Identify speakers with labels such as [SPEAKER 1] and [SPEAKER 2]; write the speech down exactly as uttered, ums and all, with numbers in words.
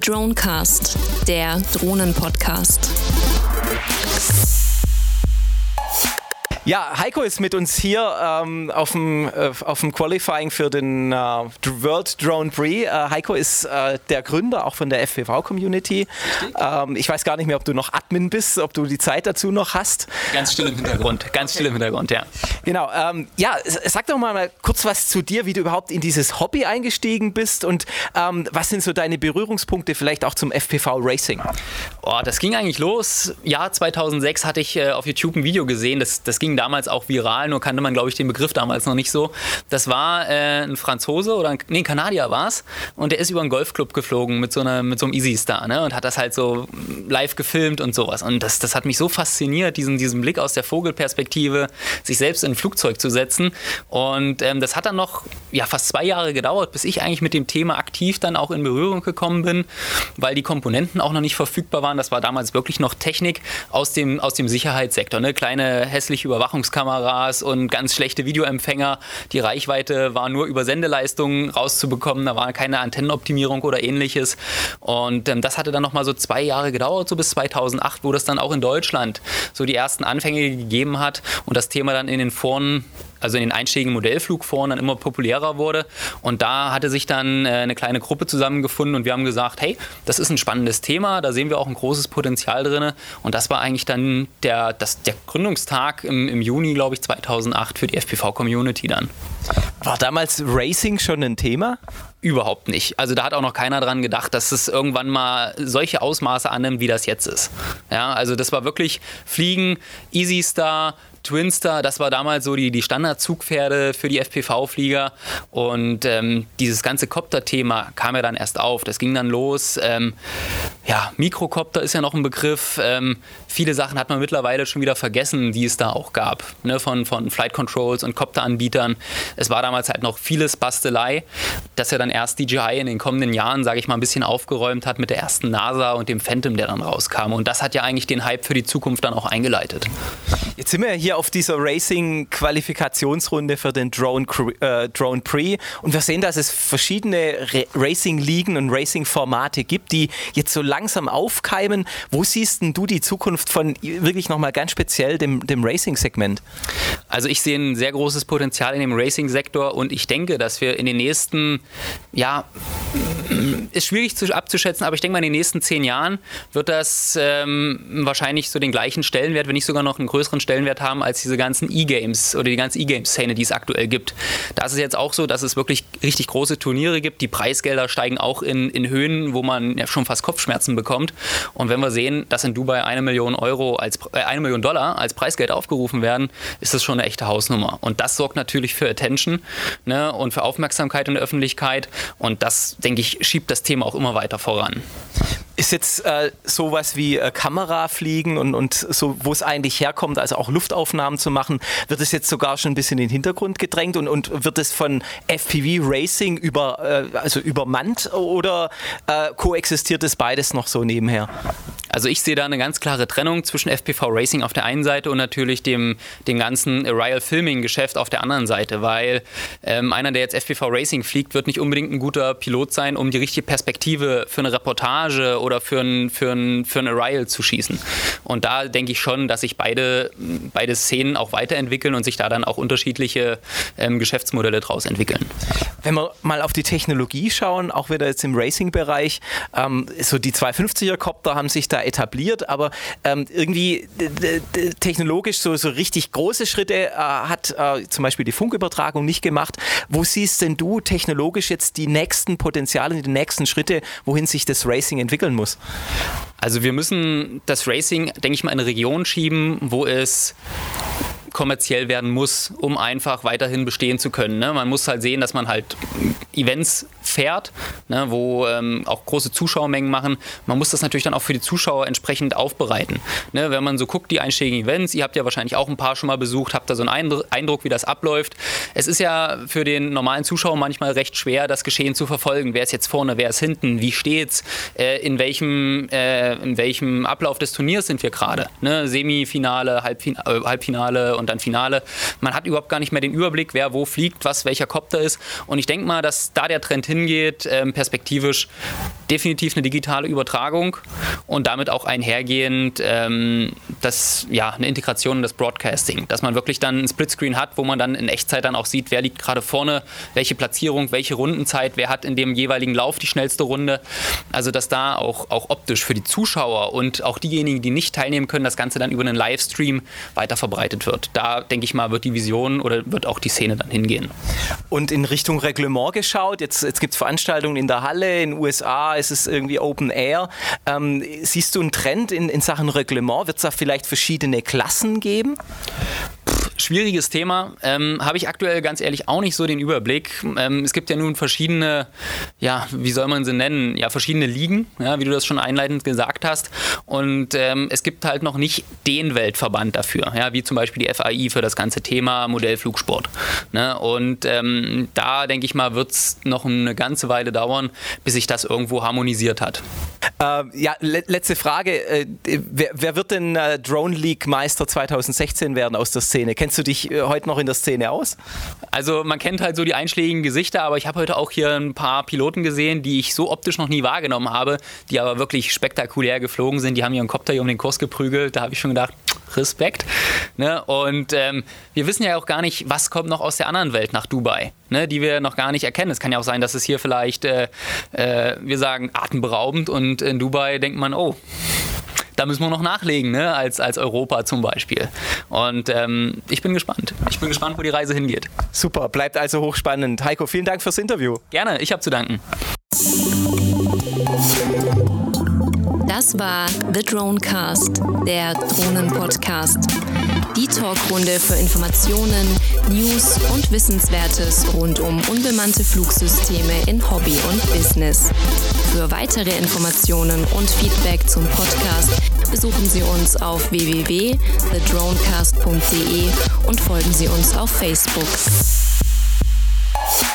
[SPEAKER 1] Dronecast, der Drohnen-Podcast.
[SPEAKER 2] Ja, Heiko ist mit uns hier ähm, auf dem äh, auf dem Qualifying für den äh, World Drone Prix. Äh, Heiko ist äh, der Gründer auch von der F P V-Community. Ähm, ich weiß gar nicht mehr, ob du noch Admin bist, ob du die Zeit dazu noch hast.
[SPEAKER 3] Ganz still im Hintergrund, ganz still im Hintergrund, ja.
[SPEAKER 2] Genau, ähm, ja, sag doch mal kurz was zu dir, wie du überhaupt in dieses Hobby eingestiegen bist und ähm, was sind so deine Berührungspunkte vielleicht auch zum F P V-Racing?
[SPEAKER 3] Oh, das ging eigentlich los. Jahr zweitausendsechs hatte ich äh, auf YouTube ein Video gesehen, das, das ging damals auch viral, nur kannte man, glaube ich, den Begriff damals noch nicht so. Das war äh, ein Franzose oder ein, nee, ein Kanadier war es und der ist über einen Golfclub geflogen mit so, einer, mit so einem Easy Star, ne, und hat das halt so live gefilmt und sowas. Und das, das hat mich so fasziniert, diesen, diesen Blick aus der Vogelperspektive, sich selbst in ein Flugzeug zu setzen. Und ähm, das hat dann noch ja, fast zwei Jahre gedauert, bis ich eigentlich mit dem Thema aktiv dann auch in Berührung gekommen bin, weil die Komponenten auch noch nicht verfügbar waren. Das war damals wirklich noch Technik aus dem, aus dem Sicherheitssektor, ne? Kleine hässliche Überwachungskameras und ganz schlechte Videoempfänger. Die Reichweite war nur über Sendeleistungen rauszubekommen. Da war keine Antennenoptimierung oder ähnliches. Und ähm, das hatte dann noch mal so zwei Jahre gedauert, so bis zweitausendacht, wo das dann auch in Deutschland so die ersten Anfänge gegeben hat und das Thema dann in den Foren, also in den einschlägigen Modellflugforen, dann immer populärer wurde. Und da hatte sich dann äh, eine kleine Gruppe zusammengefunden und wir haben gesagt, hey, das ist ein spannendes Thema, da sehen wir auch ein großes Potenzial drin. Und das war eigentlich dann der, das, der Gründungstag im, im Juni, glaube ich, zweitausendacht für die F P V-Community dann.
[SPEAKER 2] War damals Racing schon ein Thema?
[SPEAKER 3] Überhaupt nicht. Also da hat auch noch keiner dran gedacht, dass es irgendwann mal solche Ausmaße annimmt, wie das jetzt ist. Ja, also das war wirklich Fliegen, Easy Star, Twinstar, das war damals so die, die Standardzugpferde für die F P V-Flieger und ähm, dieses ganze Copter-Thema kam ja dann erst auf. Das ging dann los. Ähm, ja, Mikrocopter ist ja noch ein Begriff. Ähm, viele Sachen hat man mittlerweile schon wieder vergessen, die es da auch gab, ne, von, von Flight Controls und Copter-Anbietern. Es war damals halt noch vieles Bastelei, das ja dann erst D J I in den kommenden Jahren, sage ich mal, ein bisschen aufgeräumt hat mit der ersten NASA und dem Phantom, der dann rauskam. Und das hat ja eigentlich den Hype für die Zukunft dann auch eingeleitet.
[SPEAKER 2] Jetzt sind wir hier auf dieser Racing-Qualifikationsrunde für den Drone, äh, Drone Prix und wir sehen, dass es verschiedene Racing-Ligen und Racing-Formate gibt, die jetzt so langsam aufkeimen. Wo siehst denn du die Zukunft von wirklich nochmal ganz speziell dem, dem Racing-Segment?
[SPEAKER 3] Also ich sehe ein sehr großes Potenzial in dem Racing-Sektor und ich denke, dass wir in den nächsten, ja, ist schwierig zu, abzuschätzen, aber ich denke mal, in den nächsten zehn Jahren wird das ähm, wahrscheinlich so den gleichen Stellenwert, wenn nicht sogar noch einen größeren Stellenwert haben als diese ganzen E-Games oder die ganze E-Games-Szene, die es aktuell gibt. Da ist es jetzt auch so, dass es wirklich richtig große Turniere gibt. Die Preisgelder steigen auch in, in Höhen, wo man ja schon fast Kopfschmerzen bekommt. Und wenn wir sehen, dass in Dubai eine Million Euro als äh, eine Million Dollar als Preisgeld aufgerufen werden, ist das schon eine echte Hausnummer. Und das sorgt natürlich für Attention, ne, und für Aufmerksamkeit in der Öffentlichkeit. Und das, denke ich, schiebt das Thema auch immer weiter voran.
[SPEAKER 2] Ist jetzt äh, sowas wie äh, Kamerafliegen und, und so, wo es eigentlich herkommt, also auch Luftaufnahmen zu machen, wird es jetzt sogar schon ein bisschen in den Hintergrund gedrängt und, und wird es von F P V-Racing über, äh, also übermannt oder äh, koexistiert es beides noch so nebenher?
[SPEAKER 3] Also ich sehe da eine ganz klare Trennung zwischen F P V-Racing auf der einen Seite und natürlich dem, dem ganzen Aerial-Filming-Geschäft auf der anderen Seite, weil ähm, einer, der jetzt F P V-Racing fliegt, wird nicht unbedingt ein guter Pilot sein, um die richtige Perspektive für eine Reportage oder für ein, für ein, für ein Aerial zu schießen. Und da denke ich schon, dass sich beide, beide Szenen auch weiterentwickeln und sich da dann auch unterschiedliche ähm, Geschäftsmodelle draus entwickeln.
[SPEAKER 2] Wenn wir mal auf die Technologie schauen, auch wieder jetzt im Racing-Bereich, ähm, so die zweihundertfünfziger-Copter haben sich da etabliert, aber ähm, irgendwie d- d- technologisch so, so richtig große Schritte äh, hat äh, zum Beispiel die Funkübertragung nicht gemacht. Wo siehst denn du technologisch jetzt die nächsten Potenziale, die nächsten Schritte, wohin sich das Racing entwickeln muss?
[SPEAKER 3] Also wir müssen das Racing, denke ich mal, in eine Region schieben, wo es kommerziell werden muss, um einfach weiterhin bestehen zu können. Ne? Man muss halt sehen, dass man halt Events fährt, ne, wo ähm, auch große Zuschauermengen machen. Man muss das natürlich dann auch für die Zuschauer entsprechend aufbereiten. Ne? Wenn man so guckt, die einschlägigen Events, ihr habt ja wahrscheinlich auch ein paar schon mal besucht, habt da so einen Eindruck, wie das abläuft. Es ist ja für den normalen Zuschauer manchmal recht schwer, das Geschehen zu verfolgen. Wer ist jetzt vorne, wer ist hinten, wie steht's, äh, in, welchem, äh, in welchem Ablauf des Turniers sind wir gerade. Ne? Semifinale, Halbfinale, äh, Halbfinale und und dann Finale. Man hat überhaupt gar nicht mehr den Überblick, wer wo fliegt, was welcher Copter ist. Und ich denke mal, dass da der Trend hingeht, ähm, perspektivisch definitiv eine digitale Übertragung und damit auch einhergehend ähm, das, ja, eine Integration in das Broadcasting, dass man wirklich dann ein Splitscreen hat, wo man dann in Echtzeit dann auch sieht, wer liegt gerade vorne, welche Platzierung, welche Rundenzeit, wer hat in dem jeweiligen Lauf die schnellste Runde. Also dass da auch, auch optisch für die Zuschauer und auch diejenigen, die nicht teilnehmen können, das Ganze dann über einen Livestream weiter verbreitet wird. Da, denke ich mal, wird die Vision oder wird auch die Szene dann hingehen.
[SPEAKER 2] Und in Richtung Reglement geschaut, jetzt, jetzt gibt es Veranstaltungen in der Halle, in den U S A ist es irgendwie Open Air. Ähm, siehst du einen Trend in, in Sachen Reglement? Wird es da vielleicht verschiedene Klassen geben?
[SPEAKER 3] Schwieriges Thema. Ähm, habe ich aktuell ganz ehrlich auch nicht so den Überblick. Ähm, es gibt ja nun verschiedene, ja, wie soll man sie nennen? Ja, verschiedene Ligen, ja, wie du das schon einleitend gesagt hast. Und ähm, es gibt halt noch nicht den Weltverband dafür, ja, wie zum Beispiel die F A I für das ganze Thema Modellflugsport. Ne? Und ähm, da, denke ich mal, wird es noch eine ganze Weile dauern, bis sich das irgendwo harmonisiert hat.
[SPEAKER 2] Äh, ja, le- letzte Frage. Äh, wer, wer wird denn äh, Drone League Meister zwanzig sechzehn werden aus der Szene? Kennst du dich äh, heute noch in der Szene aus?
[SPEAKER 3] Also man kennt halt so die einschlägigen Gesichter, aber ich habe heute auch hier ein paar Piloten gesehen, die ich so optisch noch nie wahrgenommen habe, die aber wirklich spektakulär geflogen sind. Die haben ihren Kopter hier um den Kurs geprügelt. Da habe ich schon gedacht, Respekt. Ne? Und ähm, wir wissen ja auch gar nicht, was kommt noch aus der anderen Welt nach Dubai, ne? Die wir noch gar nicht erkennen. Es kann ja auch sein, dass es hier vielleicht, äh, äh, wir sagen, atemberaubend und in Dubai denkt man, oh, da müssen wir noch nachlegen, ne? als, als Europa zum Beispiel. Und ähm, ich bin gespannt. Ich bin gespannt, wo die Reise hingeht.
[SPEAKER 2] Super, bleibt also hochspannend. Heiko, vielen Dank fürs Interview.
[SPEAKER 3] Gerne, ich habe zu danken.
[SPEAKER 1] Das war The Dronecast, der Drohnen-Podcast. Die Talkrunde für Informationen, News und Wissenswertes rund um unbemannte Flugsysteme in Hobby und Business. Für weitere Informationen und Feedback zum Podcast besuchen Sie uns auf w w w punkt the dronecast punkt d e und folgen Sie uns auf Facebook.